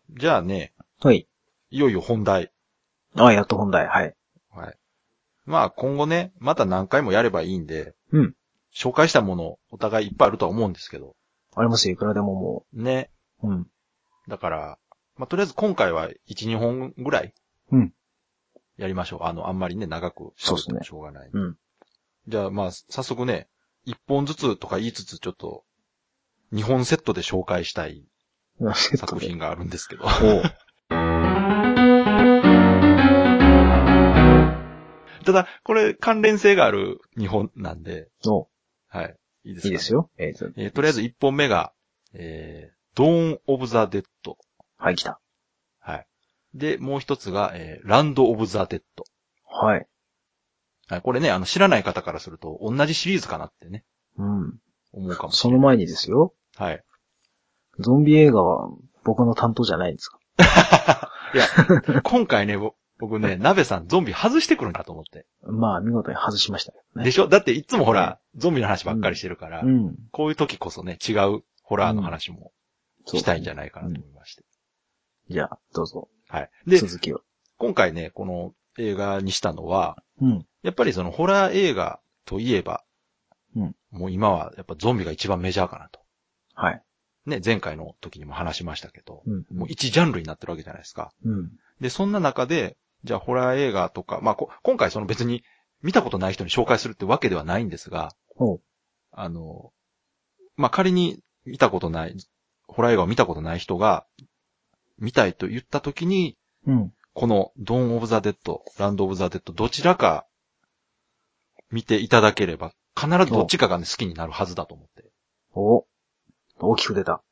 じゃあね、 はい。 いよいよ本題。 やっと本題。はい。 はい。まあ今後ね、また何回もやればいいんで、 うん。 紹介したものお互いいっぱいあるとは思うんですけど。 ありますよ。いくらでももね。 う。うん。 だから、まあとりあえず今回は1、2本ぐらいうん。 やりましょう。あんまりね、長く喋ってもしょうがない。 うん。 じゃあまあ早速ね、1本ずつとか言いつつちょっと、2本セットで紹介したい作品があるんですけど。ただ、これ関連性がある2本なんで、はい。いいですかね。 いいですよ。 とりあえず1本目が、Dawn of the Dead。 はい、来た。 はい。で、もう一つが、Land of the Dead。 はい。 はい。これね、知らない方からすると、同じシリーズかなってね。 うん。 思うかもしれない。 その前にですよ。 はい。 ゾンビ映画は僕の担当じゃないんですか？ いや、今回ね、僕ね、鍋さんゾンビ外してくるんだと思って。 まあ、見事に外しましたけどね。 でしょ？だっていつもほら、ゾンビの話ばっかりしてるから、こういう時こそね、違うホラーの話もしたいんじゃないかなと思いまして。 じゃあ、どうぞ。 はい。で、 続きを。 今回ね、この映画にしたのは、やっぱりそのホラー映画といえば、もう今はやっぱゾンビが一番メジャーかなと。 はい。 ね、前回の時にも話しましたけど、もう一ジャンルになってるわけじゃないですか。で、そんな中で、じゃあホラー映画とか、まあ今回その別に見たことない人に紹介するってわけではないんですが、まあ仮に見たことない、ホラー映画を見たことない人が見たいと言った時に、このドーン・オブ・ザ・デッド、ランド・オブ・ザ・デッド、どちらか見ていただければ、必ずどっちかがね、好きになるはずだと思って。 大きく出た。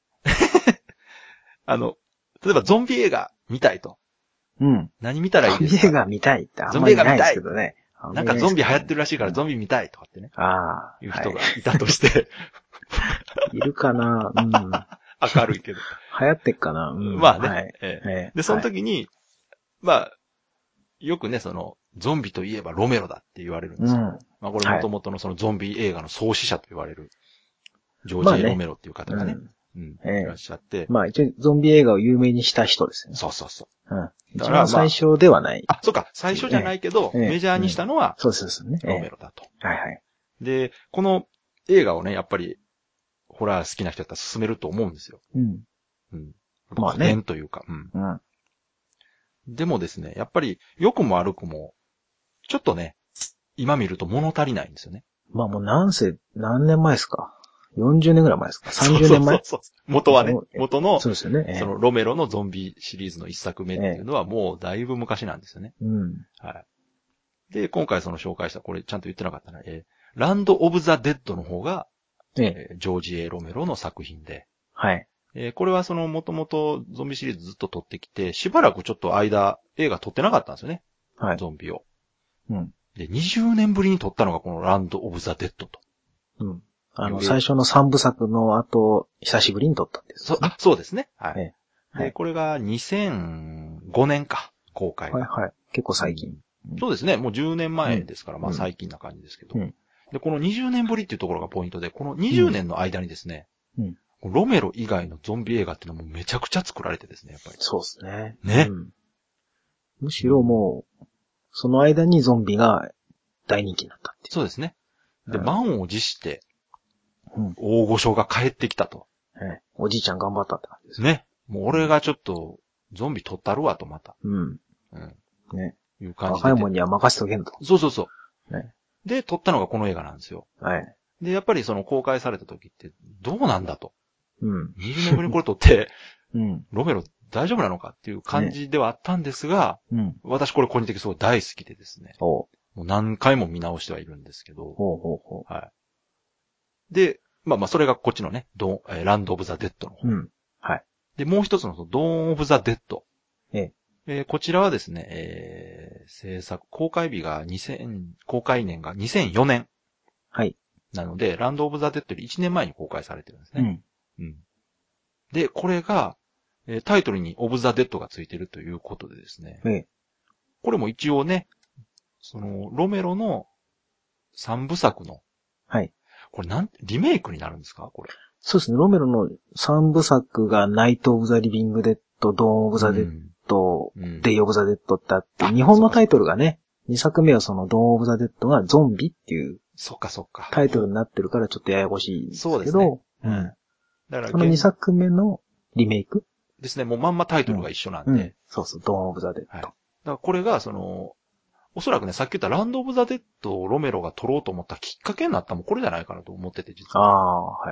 例えばゾンビ映画見たいと。何見たらいいですか？ ゾンビ映画見たいってあんまりないですけどね。 なんかゾンビ流行ってるらしいからゾンビ見たいとかってね。いう人がいたとして。 いるかな？ 明るいけど。 流行ってっかな？ まあね。で、その時に、まあ、よくね、ゾンビといえばロメロだって言われるんですよ。まあこれ元々のそのゾンビ映画の創始者と言われる、ジョージ・エロメロっていう方がね、いらっしゃって。 まあ一応ゾンビ映画を有名にした人ですね。 そうそうそう。 一番最初ではない。 そうか、最初じゃないけど、メジャーにしたのは、 そうですね。 ロメロだと。 はいはい。 で、この映画をね、やっぱり、ホラー好きな人だったら進めると思うんですよ。古典というか。でもですね、やっぱり、良くも悪くも、ちょっとね、今見ると物足りないんですよね。 まあもう何年前ですか？ 40 年ぐらい前ですか？30年前？ そう。元はね、元の、 そうですよね。 そのロメロのゾンビシリーズの一作目っていうのはもうだいぶ昔なんですよね。はい。で、今回その紹介した、これちゃんと言ってなかったな、ランド・オブ・ザ・デッドの方が、ジョージ・ロメロの作品で、 はい。 これはその元々ゾンビシリーズずっと撮ってきて、しばらくちょっと映画撮ってなかったんですよね。はい。ゾンビを。で、20年ぶりに撮ったのがこのランド・オブ・ザ・デッドと。 最初の3部作の後、久しぶりに撮ったんです、 ね。そうですね。はい。で、これが2005年か、公開が。 はい。結構最近。 そうですね。もう10年前ですから、まあ最近な感じですけど。で、この20年ぶりっていうところがポイントで、この20年の間にですね、ロメロ以外のゾンビ映画っていうのもめちゃくちゃ作られてですね、やっぱり。 そうですね。 ね。 むしろもう、その間にゾンビが大人気になったっていう。 そうですね。で、満を持して、大御所が帰ってきたと。 おじいちゃん頑張ったって感じですね。もう俺がちょっと、ゾンビ取ったるわと、また。 ね。 いう感じで。 若いもんには任せとけんと。 そう。で、撮ったのがこの映画なんですよ。で、やっぱりその公開された時って、どうなんだと。20年ぶりにこれ撮って、ロメロ大丈夫なのかっていう感じではあったんですが、私これ個人的にすごい大好きでですね。もう何回も見直してはいるんですけど。はい。で、まあそれがこっちのね、ランド・オブ・ザ・デッドの方。はい。で、もう一つのドーン・オブ・ザ・デッド。こちらはですね、公開年が2004年。はい。なので、ランド・オブ・ザ・デッドより1年前に公開されてるんですね。で、これが、タイトルにオブ・ザ・デッドがついてるということでですね。これも一応ね、ロメロの3部作の。はい。これリメイクになるんですかこれ。 そうですね。ロメロの3部作がナイト・オブ・ザ・リビング・デッド、ドーン・オブ・ザ・デッド、デイ・オブ・ザ・デッドってあって、日本のタイトルがね、2作目はそのドーン・オブ・ザ・デッドがゾンビっていうタイトルになってるからちょっとややこしいんですけど、そうですね。だからその2作目のリメイクですね。もうまんまタイトルが一緒なんで。 そうそう、ドーン・オブ・ザ・デッド。 だからこれがおそらくね、さっき言ったランド・オブ・ザ・デッドをロメロが撮ろうと思ったきっかけになったのもこれじゃないかなと思ってて、実は。はい。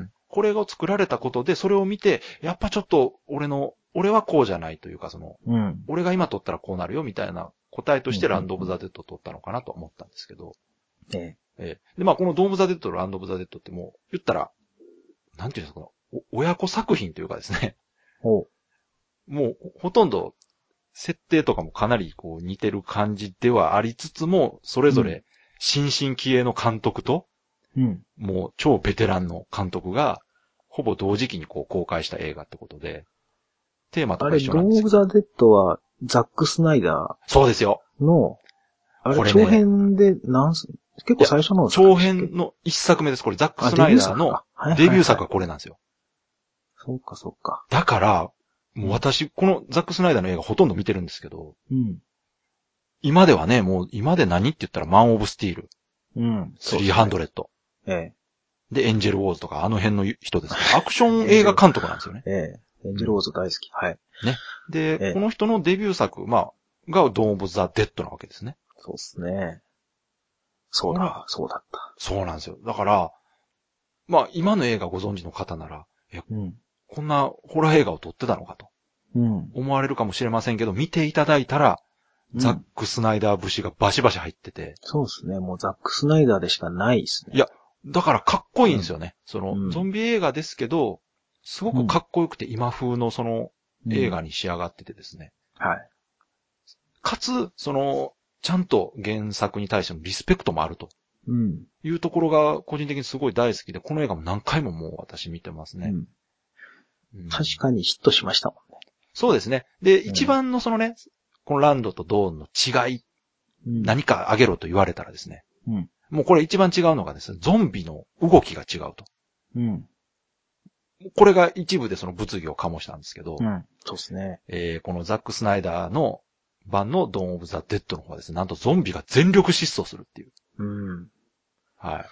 これが作られたことで、それを見て、やっぱちょっと俺はこうじゃないというか、俺が今撮ったらこうなるよみたいな答えとしてランド・オブ・ザ・デッドを撮ったのかなと思ったんですけど。で、まあこのドーム・ザ・デッドとランド・オブ・ザ・デッドってもう、言ったら、なんていうんですか、親子作品というかですね。もう、ほとんど、設定とかもかなりこう似てる感じではありつつも、それぞれ新進気鋭の監督と、もう超ベテランの監督が、ほぼ同時期にこう公開した映画ってことで、テーマとか一緒なんですけど。 ドーム・ザ・デッドは、ザック・スナイダー。 そうですよ。 あれ、長編で結構最初の長編の一作目です。これ、ザック・スナイダーのデビュー作がこれなんですよ。 そうか。 だから、もう私、このザック・スナイダーの映画ほとんど見てるんですけど、今ではね、もう今で何って言ったらマン・オブ・スティール。300。で、エンジェル・ウォーズとかあの辺の人ですね。アクション映画監督なんですよね。 エンジェル・ウォーズ大好き。はい。 ね。で、この人のデビュー作、がドーン・オブ・ザ・デッドなわけですね。 そうですね。そうだった。 そうなんですよ。だから、まあ、今の映画ご存知の方なら、こんなホラー映画を撮ってたのかと。思われるかもしれませんけど、見ていただいたら、ザック・スナイダー節がバシバシ入ってて。 そうですね。もうザック・スナイダーでしかないですね。 いや、だからかっこいいんですよね。ゾンビ映画ですけど、すごくかっこよくて今風の映画に仕上がっててですね。 はい。 かつ、ちゃんと原作に対してのリスペクトもあると。いうところが個人的にすごい大好きで、この映画も何回ももう私見てますね。 確かにヒットしましたもんね。 そうですね。で、一番のこのランドとドーンの違い、何かあげろと言われたらですね。もうこれ一番違うのがですね、ゾンビの動きが違うと。これが一部でその物議を醸したんですけど。 そうですね。 このザック・スナイダーの版のドーン・オブ・ザ・デッドの方はですね、なんとゾンビが全力疾走するっていう。はい。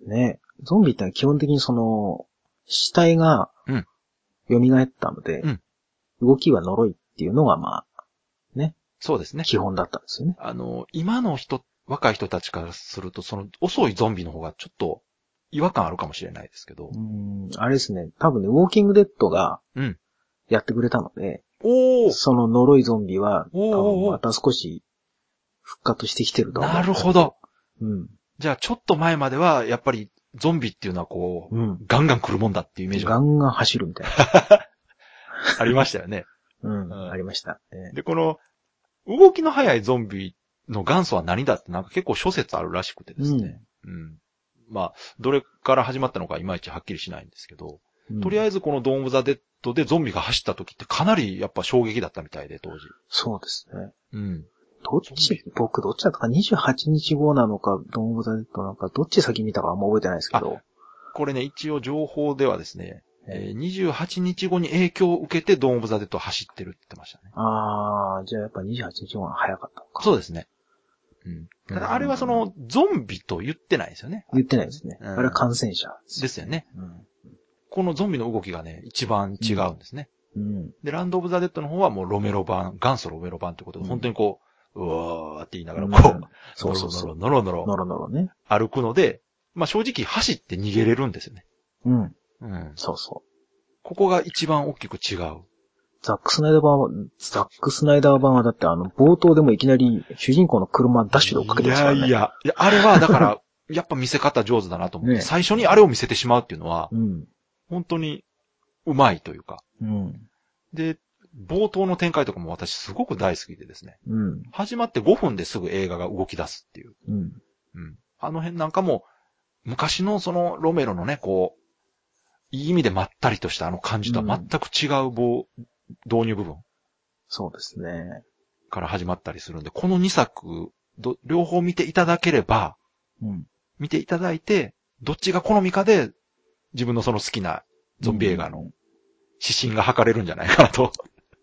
ね。ゾンビって基本的に死体が、蘇ったので、動きは呪いっていうのがね。 そうですね。 基本だったんですよね。 今の若い人たちからすると、遅いゾンビの方がちょっと違和感あるかもしれないですけど。 あれですね。多分ね、ウォーキングデッドが、やってくれたので、その呪いゾンビは、多分また少し復活してきてると思う。 なるほど。じゃあちょっと前までは、やっぱりゾンビっていうのはガンガン来るもんだっていうイメージが。 ガンガン走るみたいな。 ありましたよね。 ありました。 で、この、動きの速いゾンビの元祖は何だってなんか結構諸説あるらしくてですね。まあ、どれから始まったのかいまいちはっきりしないんですけど、とりあえずこのドーン・オブ・ザ・デッドでゾンビが走った時ってかなりやっぱ衝撃だったみたいで、当時。 そうですね。僕どっちだったか28日後なのか、ドーン・オブ・ザ・デッドなのか、どっち先見たかあんま覚えてないですけど。 これね、一応情報ではですね、28日後に影響を受けてドーン・オブ・ザ・デッドを走ってるって言ってましたね。 じゃあやっぱ28日後が早かったのか。 そうですね。ただあれはゾンビと言ってないですよね。 言ってないですね。あれは感染者ですよね。このゾンビの動きがね、一番違うんですね。で、ランド・オブ・ザ・デッドの方はもうロメロ版、元祖ロメロ版ということで、本当にうわーって言いながらノロノロね。 歩くので、まあ正直走って逃げれるんですよね。 そうそう。 ここが一番大きく違う。 ザック・スナイダー版はだって冒頭でもいきなり主人公の車ダッシュで追っかけてますからね。 いや、あれはだから、やっぱ見せ方上手だなと思って、最初にあれを見せてしまうっていうのは、本当にうまいというか。で、冒頭の展開とかも私すごく大好きでですね。始まって5分ですぐ映画が動き出すっていう。あの辺なんかも、昔のロメロのね、いい意味でまったりとした感じとは全く違う導入部分。 そうですね。 から始まったりするんで、この2作、両方見ていただければ、見ていただいて、どっちが好みかで、自分の好きなゾンビ映画の指針が測れるんじゃないかなと。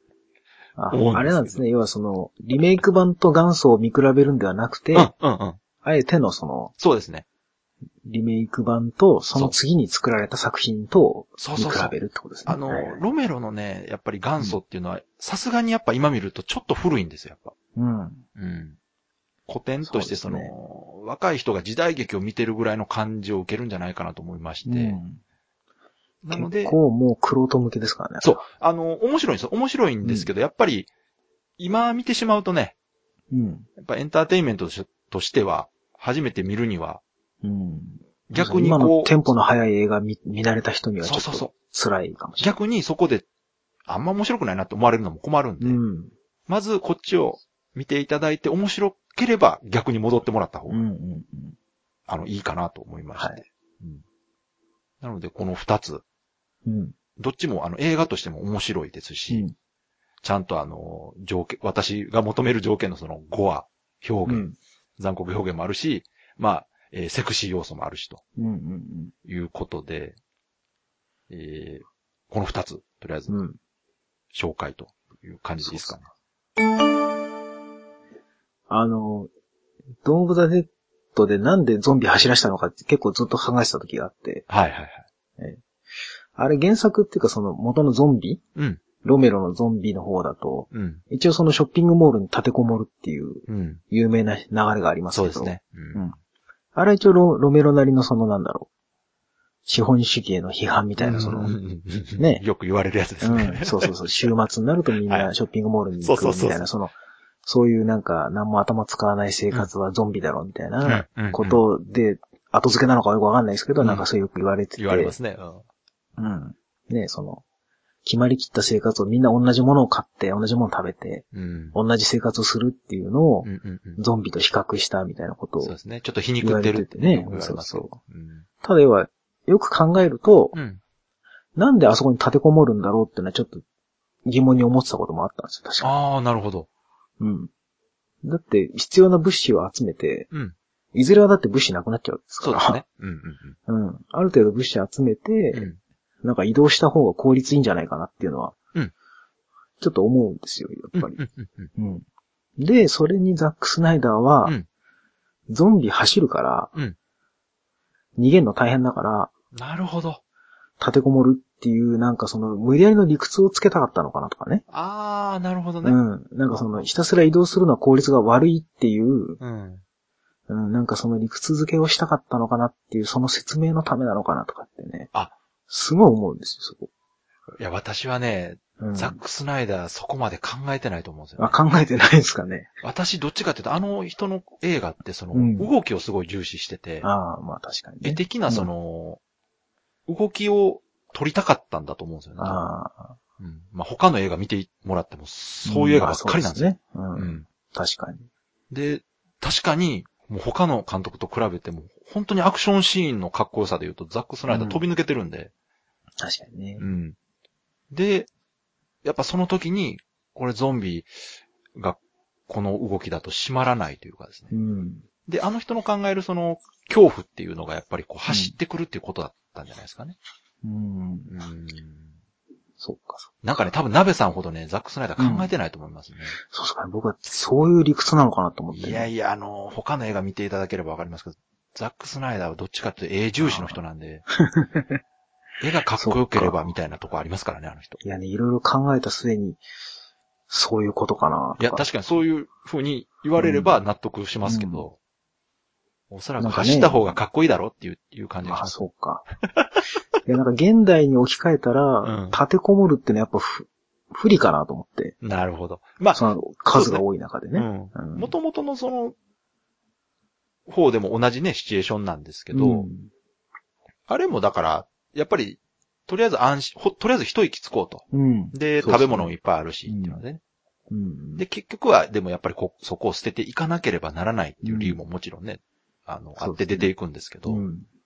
あれなんですね。要はリメイク版と元祖を見比べるんではなくて、あえてのそうですね。 リメイク版と、その次に作られた作品と見比べるってことですね。 ロメロのね、やっぱり元祖っていうのは、さすがにやっぱ今見るとちょっと古いんですよ、やっぱ。古典として若い人が時代劇を見てるぐらいの感じを受けるんじゃないかなと思いまして。 なので。結構もう玄人向けですからね。 そう。面白いんですよ。面白いんですけど、やっぱり、今見てしまうとね、やっぱエンターテインメントとしては、初めて見るには、 逆に今のテンポの速い映画見慣れた人にはちょっと辛いかもしれない。 逆にそこで、あんま面白くないなって思われるのも困るんで、まずこっちを見ていただいて面白ければ逆に戻ってもらった方が、いいかなと思いまして。なのでこの二つ、どっちも映画としても面白いですし、ちゃんと私が求める条件のゴア表現、残酷表現もあるし、セクシー要素もあるしと、いうことで、この二つ、とりあえず、紹介という感じでいいですかね。 ドーン・オブ・ザ・デッドでなんでゾンビ走らしたのかって結構ずっと考えてた時があって。あれ原作っていうか元のゾンビ、ロメロのゾンビの方だと、一応ショッピングモールに立てこもるっていう有名な流れがありますけど。 そうですね。 あれ一応ロメロなりの資本主義への批判みたいなね。よく言われるやつですね。 そう。週末になるとみんなショッピングモールに行くみたいな、そういう何も頭使わない生活はゾンビだろみたいなことで、後付けなのかよくわかんないですけど、そうよく言われてて。 言われますね。 ね、決まりきった生活をみんな同じものを買って、同じものを食べて、同じ生活をするっていうのを、ゾンビと比較したみたいなことを。 そうですね。ちょっと皮肉ってるってね。 ただよく考えると、なんであそこに立てこもるんだろうってのはちょっと疑問に思ってたこともあったんですよ、確かに。 ああ、なるほど。 だって必要な物資を集めて、いずれはだって物資なくなっちゃうんですから。 そうですね。 ある程度物資集めて、移動した方が効率いいんじゃないかなっていうのは、ちょっと思うんですよ、やっぱり。で、それにザック・スナイダーは、ゾンビ走るから、逃げるの大変だから、 なるほど。 立てこもるっていう、無理やりの理屈をつけたかったのかなとかね。 ああ、なるほどね。 ひたすら移動するのは効率が悪いっていう、理屈付けをしたかったのかなっていう、その説明のためなのかなとかってね。すごい思うんですよ、そこ。 いや、私はね、ザック・スナイダーそこまで考えてないと思うんですよね。 考えてないですかね。 私どっちかっていうと、あの人の映画って動きをすごい重視してて、 確かに、ね。 絵的な動きを撮りたかったんだと思うんですよね。他の映画見てもらっても、そういう映画ばっかりなんですよ。 確かに。 で、確かに、もう他の監督と比べても、本当にアクションシーンのかっこよさで言うと、ザック・スナイダー飛び抜けてるんで。 確かにね。 で、やっぱその時に、これゾンビがこの動きだと締まらないというかですね。で、あの人の考える恐怖っていうのがやっぱり走ってくるっていうことだったんじゃないですかね。 そうか。 なんかね、多分鍋さんほどね、ザック・スナイダー考えてないと思いますね。 そうですかね。僕はそういう理屈なのかなと思って、 いや、他の映画見ていただければわかりますけど、ザック・スナイダーはどっちかっていうと絵重視の人なんで、絵がかっこよければみたいなとこありますからね、あの人。 いやね、いろいろ考えた末に、そういうことかな。 いや、確かにそういう風に言われれば納得しますけど、おそらく走った方がかっこいいだろっていう感じがします。 そうか。いや、現代に置き換えたら、立てこもるってのはやっぱ不利かなと思って。 なるほど。 数が多い中でね。 元々の方でも同じね、シチュエーションなんですけど、あれもだから、やっぱり、とりあえずとりあえず一息つこうと。で、食べ物もいっぱいあるし、っていうのでね。で、結局は、でもやっぱりそこを捨てていかなければならないっていう理由ももちろんね、あって出ていくんですけど。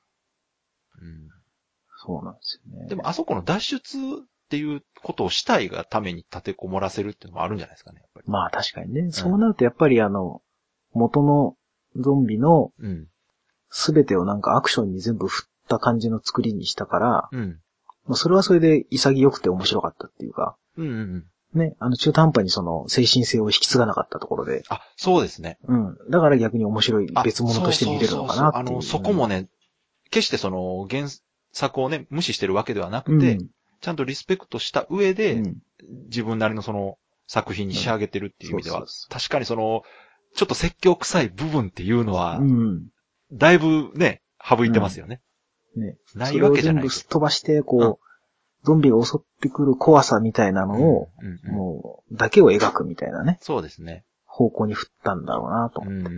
そうなんですよね。 でもあそこの脱出っていうことをしたいがために立てこもらせるっていうのもあるんじゃないですかね、やっぱり。 確かにね。そうなるとやっぱり元のゾンビの、すべてをアクションに全部振った感じの作りにしたから、それはそれで潔くて面白かったっていうか、 ね、中途半端にその精神性を引き継がなかったところで。 あ、そうですね。 うん。だから逆に面白い別物として見れるのかなっていう。 そこもね、決してその原作をね、無視してるわけではなくて、ちゃんとリスペクトした上で、自分なりのその作品に仕上げてるっていう意味では、確かにその、ちょっと説教臭い部分っていうのは、だいぶね、省いてますよね。 ね。ないわけじゃない。それを全部すっ飛ばして、ゾンビが襲ってくる怖さみたいなのを、もう、だけを描くみたいなね。 そうですね。 方向に振ったんだろうなと思って。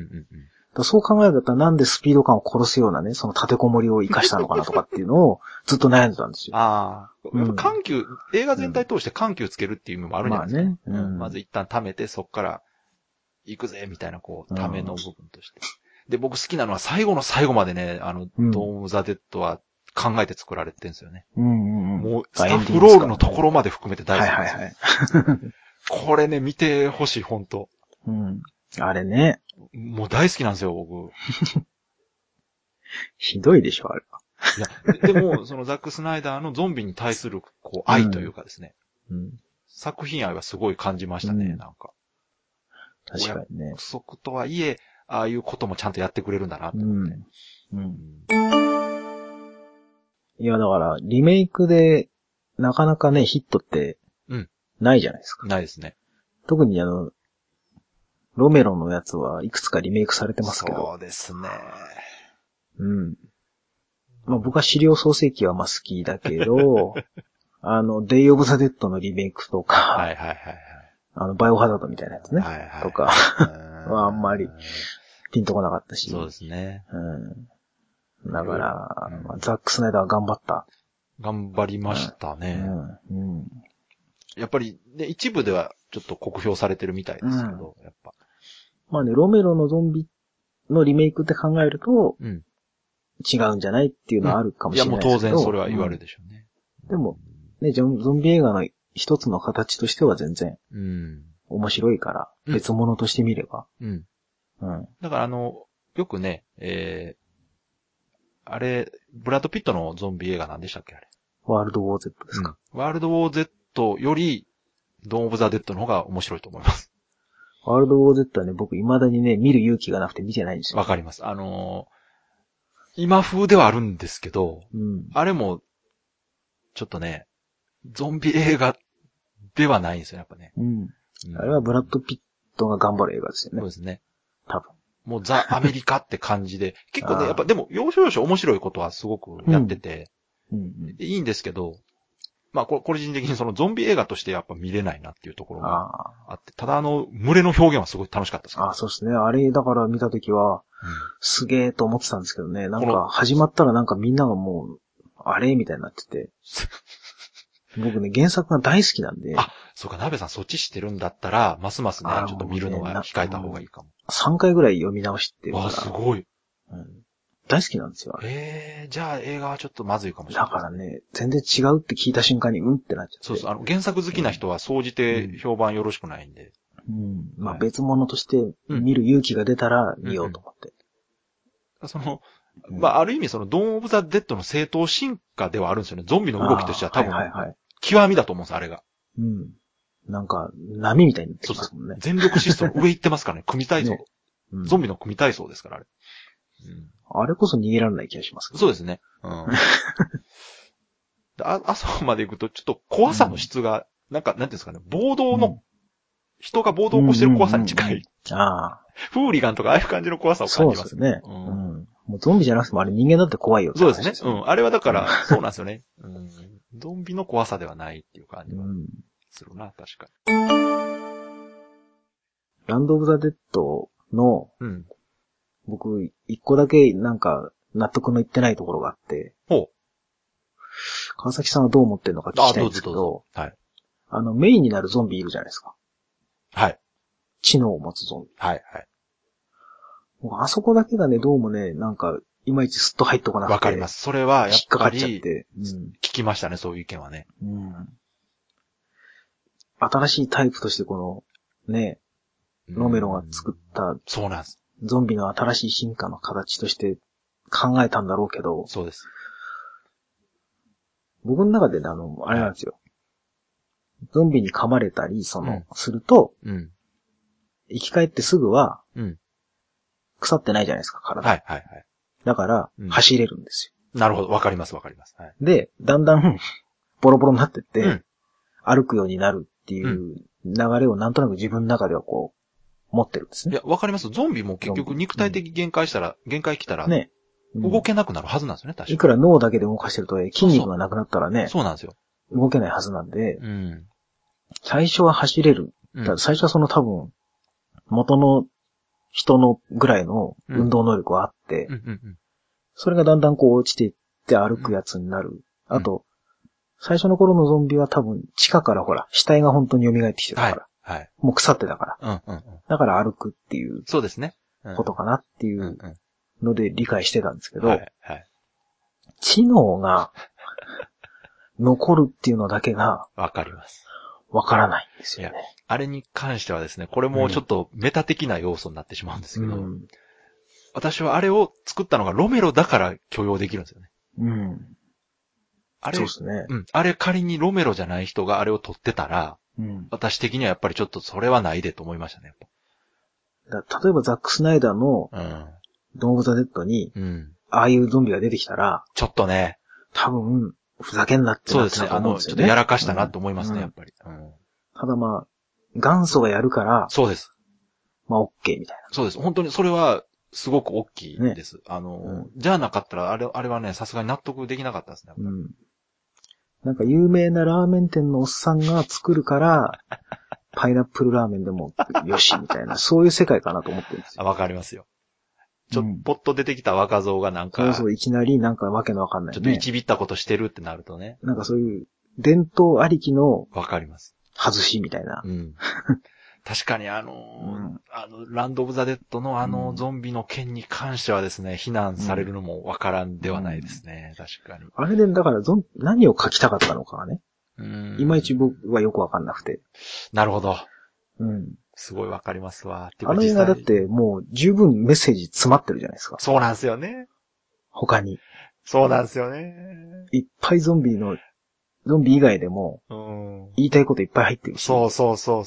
そう考えると、なんでスピード感を殺すようなね、その立てこもりを生かしたのかなとかっていうのをずっと悩んでたんですよ。 ああ。やっぱ緩急、映画全体通して緩急つけるっていう意味もあるじゃないですか。まあね。まず一旦溜めて、そっから行くぜ、みたいな、ための部分として。で、僕好きなのは最後の最後までね、ドーム・ザ・デッドは考えて作られてるんですよね。もう、スタッフロールのところまで含めて大好きです。これね、見てほしい、ほんと。 あれね。 もう大好きなんですよ、僕。 ひどいでしょ、あれは。 いや、でも、そのザック・スナイダーのゾンビに対する、愛というかですね。作品愛はすごい感じましたね、なんか。 確かにね。 約束とはいえ、ああいうこともちゃんとやってくれるんだなと思って。 いや、だから、リメイクで、なかなかね、ヒットって、ないじゃないですか。 ないですね。 特にロメロのやつはいくつかリメイクされてますけど。 そうですね。 まあ僕は資料創世記はまあ好きだけど、デイオブザ・デッドのリメイクとか、バイオハザードみたいなやつね。とかはあんまりピンとこなかったし。 そうですね。 だから、ザック・スナイダーは頑張った。 頑張りましたね。やっぱり、ね、一部ではちょっと酷評されてるみたいですけど、やっぱ。 まあね、ロメロのゾンビのリメイクって考えると、違うんじゃないっていうのはあるかもしれないですけど。 いや、もう当然それは言われるでしょうね。 でも、ね、ゾンビ映画の一つの形としては全然、面白いから、別物として見れば。 だからよくね、あれ、ブラッド・ピットのゾンビ映画なんでしたっけあれ。 ワールド・ウォー・ゼットですか。 ワールド・ウォー・ゼットより、ドーン・オブ・ザ・デッドの方が面白いと思います。 ワールド・ウォー・ゼットはね、僕未だにね、見る勇気がなくて見てないんですよ。 わかります。今風ではあるんですけど、あれも、ちょっとね、ゾンビ映画ではないんですよ、やっぱね。 あれはブラッド・ピットが頑張る映画ですよね。 そうですね。 多分。 もうザ・アメリカって感じで、結構ね、やっぱでも、要所要所面白いことはすごくやってて、いいんですけど、まあ、個人的にそのゾンビ映画としてやっぱ見れないなっていうところがあって、ただ群れの表現はすごい楽しかったです。 そうですね。あれ、だから見たときは、すげえと思ってたんですけどね。なんか、始まったらなんかみんながもう、あれみたいになってて。僕ね、原作が大好きなんで。 そうか、鍋さんそっち知ってるんだったら、ますますね、ちょっと見るのは控えた方がいいかも。 3回ぐらい読み直してるから。 すごい。 大好きなんですよ。 じゃあ映画はちょっとまずいかもしれない。 だからね、全然違うって聞いた瞬間にってなっちゃって。 そうそう、原作好きな人は総じて評判よろしくないんで。 まあ別物として見る勇気が出たら見ようと思って。 まあある意味そのドーン・オブ・ザ・デッドの正当進化ではあるんですよね。ゾンビの動きとしては多分、極みだと思うんです、あれが。 なんか、波みたいになってますもんね。 全力疾走の上行ってますからね、組体操。ゾンビの組体操ですから、あれ。 あれこそ逃げられない気がします。 そうですね。あそこまで行くと、ちょっと怖さの質が、なんていうんですかね、人が暴動を起こしてる怖さに近い。フーリガンとかああいう感じの怖さを感じます。 そうですね。もうゾンビじゃなくてもあれ人間だって怖いよってそうですね。あれはだから、そうなんですよね。ゾンビの怖さではないっていう感じはするな、確かに。 ランド・オブ・ザ・デッドの、僕、一個だけなんか納得のいってないところがあって、川崎さんはどう思ってるのか聞きたいんですけど、メインになるゾンビいるじゃないですか。 はい。 知能を持つゾンビ。 はい。 あそこだけがね、どうもね、なんか、いまいちスッと入ってこなくて。 わかります。それは、やっぱり、 聞きましたね、そういう意見はね。 新しいタイプとしてね、ロメロが作った、 そうなんです。 ゾンビの新しい進化の形として考えたんだろうけど、 そうです。 僕の中でね、あれなんですよ。 ゾンビに噛まれたり、すると、生き返ってすぐは、腐ってないじゃないですか、体。 はいはいはい。 だから、走れるんですよ。なるほど、わかります。はい。 で、だんだん、ボロボロになってって、歩くようになるっていう流れをなんとなく自分の中ではこう、持ってるんですね。 いや、わかります。ゾンビも結局肉体的限界来たら、ね。動けなくなるはずなんですよね、確かに。 いくら脳だけで動かしてると、筋肉がなくなったらね。 そうなんですよ。 動けないはずなんで、最初は走れる。最初は多分、元の人のぐらいの運動能力はあって、それがだんだんこう落ちていって歩くやつになる。あと、最初の頃のゾンビは多分地下からほら、死体が本当に蘇ってきてたから。はい。もう腐ってたから。だから歩くっていう。 そうですね。 ことかなっていうので理解してたんですけど、知能が残るっていうのだけが、 わかります。 わからないんですよね。 あれに関してはですね、これもちょっとメタ的な要素になってしまうんですけど、私はあれを作ったのがロメロだから許容できるんですよね。あれ、 そうですね。 あれ仮にロメロじゃない人があれを撮ってたら、私的にはやっぱりちょっとそれはないでと思いましたね。 例えばザック・スナイダーのドーム・ザ・デッドに、ああいうゾンビが出てきたら、 ちょっとね、 多分、ふざけんなってなっちゃうと思うんですよね。 ちょっとやらかしたなと思いますね、やっぱり。 ただまあ、元祖がやるから、 そうです。 まあ、OK みたいな。 そうです。本当にそれは、すごく大きいです。じゃあなかったら、あれはね、さすがに納得できなかったですね。 なんか有名なラーメン店のおっさんが作るから、パイナップルラーメンでもよし、みたいな、そういう世界かなと思ってるんですよ。 わかりますよ。ぽっと出てきた若造がなんか、 そう、いきなりなんかわけのわかんないね。 ちょっといちびったことしてるってなるとね。 なんかそういう、伝統ありきの、 わかります。 外しみたいな。 確かにランド・オブ・ザ・デッドのゾンビの件に関してはですね、非難されるのもわからんではないですね。確かに。 あれで、だから何を書きたかったのかがね。いまいち僕はよくわかんなくて。 なるほど。すごいわかりますわ。 あの映画だってもう十分メッセージ詰まってるじゃないですか。 そうなんですよね。 他に。 そうなんですよね。 いっぱいゾンビ以外でも、言いたいこといっぱい入ってるし。 そう。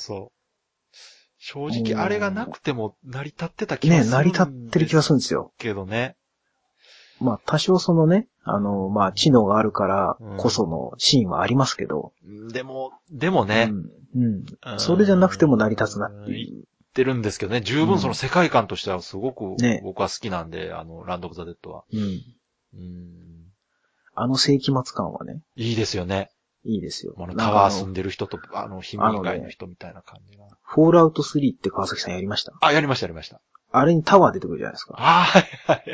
正直あれがなくても成り立ってた気がするんですね、成り立ってる気がするんですよ。 けどね。 まあ多少まあ知能があるからこそのシーンはありますけど。 でもね。 それじゃなくても成り立つなっていう。 言ってるんですけどね。十分その世界観としてはすごく僕は好きなんで、ランド・オブ・ザ・デッドは。 世紀末感はね。 いいですよね。 いいですよ。 タワー住んでる人と、貧民以外の人みたいな感じが。 フォールアウト3って川崎さんやりました？ やりました。 あれにタワー出てくるじゃないですか。 はい。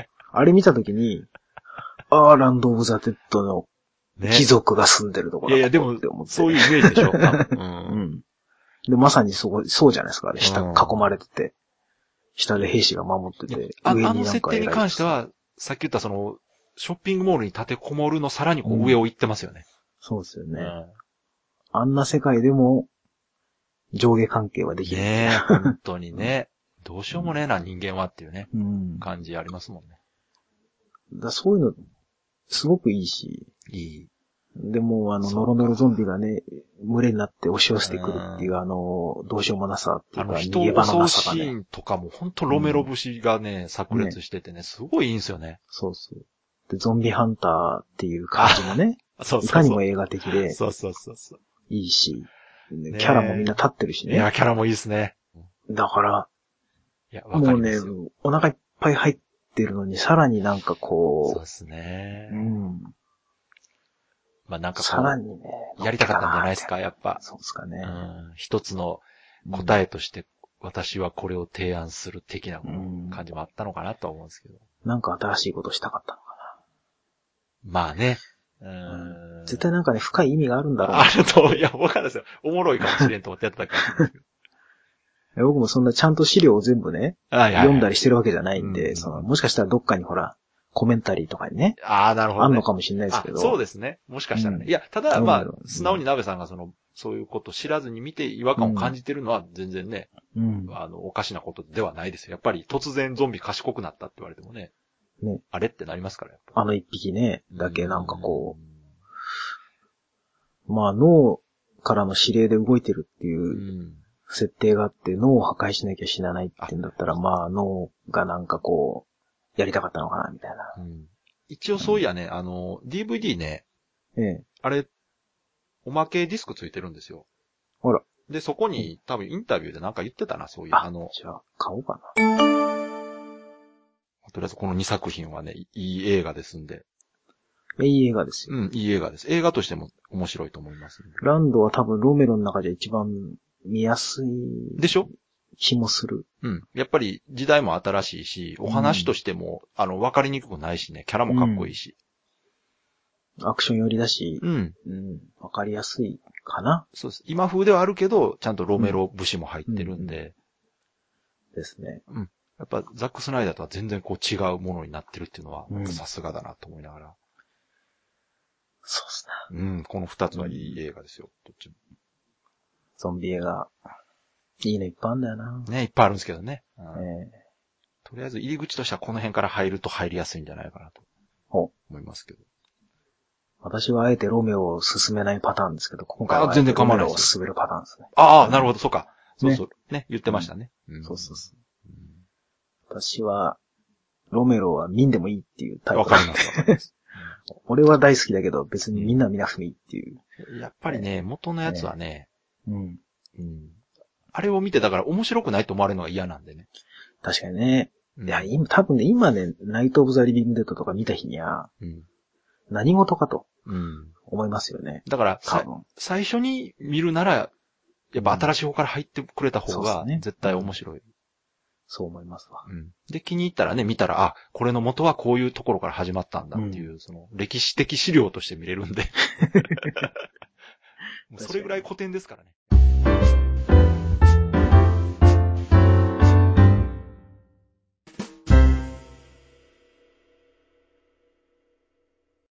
あれ見たときに、ランド・オブ・ザ・デッドの貴族が住んでるところだでも、そういうイメージでしょ。 で、まさにそうじゃないですか。下囲まれてて、下で兵士が守ってて、 設定に関しては、さっき言ったショッピングモールに立てこもるのさらに上を行ってますよね。 そうですよね。あんな世界でも、上下関係はできる。 ねえ、本当にね。どうしようもねえな、人間はっていうね、感じありますもんね。 そういうの、すごくいいし。 いい。 でも、ノロノロゾンビがね、群れになって押し寄せてくるっていう、どうしようもなさっていうか、 人を襲うシーンとかも、本当ロメロ節がね、炸裂しててね、すごいいいんですよね。 そう。で、ゾンビハンターっていう感じもね、いかにも映画的で、 そう。 いいし、キャラもみんな立ってるしね。 いや、キャラもいいですね。 だから、もうね、お腹いっぱい入ってるのに、さらになんかこう。 そうですね。まあなんかさらにね、 やりたかったんじゃないですか、やっぱ。 そうですかね。 一つの答えとして、私はこれを提案する的な感じもあったのかなと思うんですけど。 なんか新しいことしたかったのかな。 まあね。 絶対なんかね、深い意味があるんだろうな。あると、いや、わかんないですよ。おもろいかもしれんと思ってやってたから。 僕もそんなちゃんと資料を全部ね、読んだりしてるわけじゃないんで、もしかしたらどっかにほら、コメンタリーとかにね。 なるほど、 あんのかもしれないですけど。 そうですね。もしかしたらね。いや、ただ、まあ、素直に鍋さんがそういうことを知らずに見て違和感を感じてるのは全然ね、おかしなことではないですよ。やっぱり突然ゾンビ賢くなったって言われてもね。あれってなりますから、やっぱ一匹ね、だけなんかこう、まあ脳からの指令で動いてるっていう設定があって、脳を破壊しなきゃ死なないってんだったら、まあ脳がなんかこう、やりたかったのかな、みたいな。 一応そういやね、DVD ね、あれ、おまけディスクついてるんですよ。 ほら。 で、そこに多分インタビューでなんか言ってたな、そういう。 じゃあ、買おうかな。 とりあえずこの2作品はね、いい映画ですんで。 いい映画ですよ。 いい映画です。映画としても面白いと思います。 ランドは多分ロメロの中じゃ一番見やすい。 でしょ？ 気もする。 やっぱり時代も新しいし、お話としても、わかりにくくないしね、キャラもかっこいいし。 アクション寄りだし、わかりやすいかな。 そうです。今風ではあるけど、ちゃんとロメロ節も入ってるんで。 ですね。 やっぱザック・スナイダーとは全然こう違うものになってるっていうのは、さすがだなと思いながら。 そうっすね。この2つはいい映画ですよ、どっちも。 ゾンビ映画。いいのいっぱいあるんだよな。 ね、いっぱいあるんですけどね。とりあえず入り口としてはこの辺から入ると入りやすいんじゃないかなと。思いますけど。 私はあえてロメオを進めないパターンですけど、今回は全然構わないロメオを進めるパターンですね。 なるほど、そうか。そうそう。ね、言ってましたね。 そうそうそう。私は、ロメロは見んでもいいっていうタイプ。 わかります、わかります。 俺は大好きだけど、別にみんな見なくてもいいっていう。 やっぱりね、元のやつはね、あれを見てだから面白くないと思われるのが嫌なんでね。 確かにね。いや、多分ね、今ね、ナイト・オブ・ザ・リビング・デッドとか見た日には、何事かと、思いますよね。 だから、最初に見るなら、やっぱ新しい方から入ってくれた方が、絶対面白い。 そう思いますわ。 で、気に入ったらね、見たら、これの元はこういうところから始まったんだっていう、その、歴史的資料として見れるんで。それぐらい古典ですからね。